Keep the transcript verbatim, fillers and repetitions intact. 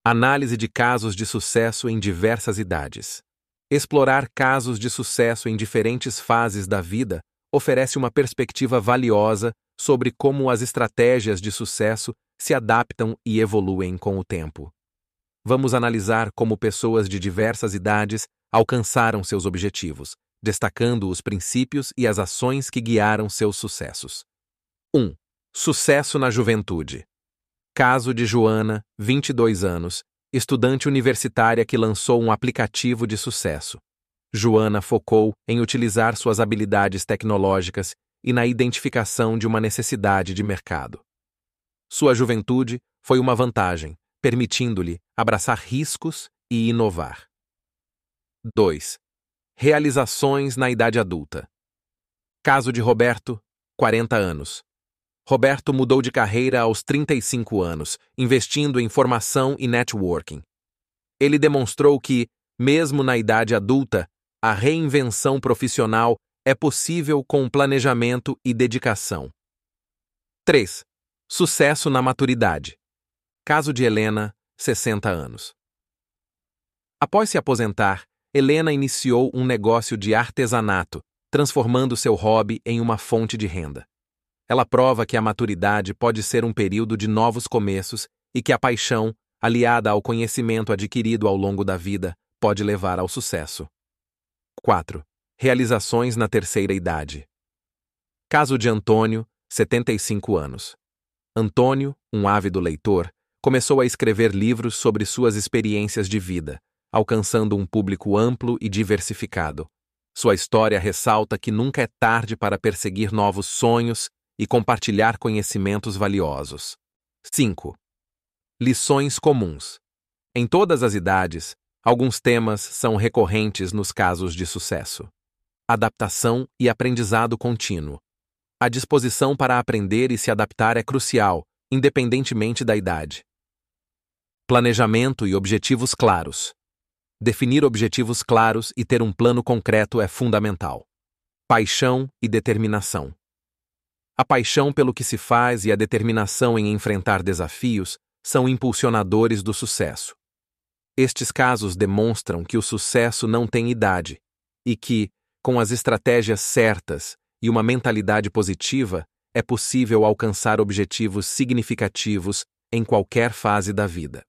Análise de casos de sucesso em diversas idades. Explorar casos de sucesso em diferentes fases da vida oferece uma perspectiva valiosa sobre como as estratégias de sucesso se adaptam e evoluem com o tempo. Vamos analisar como pessoas de diversas idades alcançaram seus objetivos, destacando os princípios e as ações que guiaram seus sucessos. um. Sucesso na juventude. Caso de Joana, vinte e dois anos, estudante universitária que lançou um aplicativo de sucesso. Joana focou em utilizar suas habilidades tecnológicas e na identificação de uma necessidade de mercado. Sua juventude foi uma vantagem, permitindo-lhe abraçar riscos e inovar. dois. Realizações na idade adulta. Caso de Roberto, quarenta anos. Roberto mudou de carreira aos trinta e cinco anos, investindo em formação e networking. Ele demonstrou que, mesmo na idade adulta, a reinvenção profissional é possível com planejamento e dedicação. três. Sucesso na maturidade. Caso de Helena, sessenta anos. Após se aposentar, Helena iniciou um negócio de artesanato, transformando seu hobby em uma fonte de renda. Ela prova que a maturidade pode ser um período de novos começos e que a paixão, aliada ao conhecimento adquirido ao longo da vida, pode levar ao sucesso. quatro. Realizações na terceira idade. Caso de Antônio, setenta e cinco anos. Antônio, um ávido leitor, começou a escrever livros sobre suas experiências de vida, alcançando um público amplo e diversificado. Sua história ressalta que nunca é tarde para perseguir novos sonhos e compartilhar conhecimentos valiosos. cinco. Lições comuns. Em todas as idades, alguns temas são recorrentes nos casos de sucesso. Adaptação e aprendizado contínuo. A disposição para aprender e se adaptar é crucial, independentemente da idade. Planejamento e objetivos claros. Definir objetivos claros e ter um plano concreto é fundamental. Paixão e determinação. A paixão pelo que se faz e a determinação em enfrentar desafios são impulsionadores do sucesso. Estes casos demonstram que o sucesso não tem idade e que, com as estratégias certas e uma mentalidade positiva, é possível alcançar objetivos significativos em qualquer fase da vida.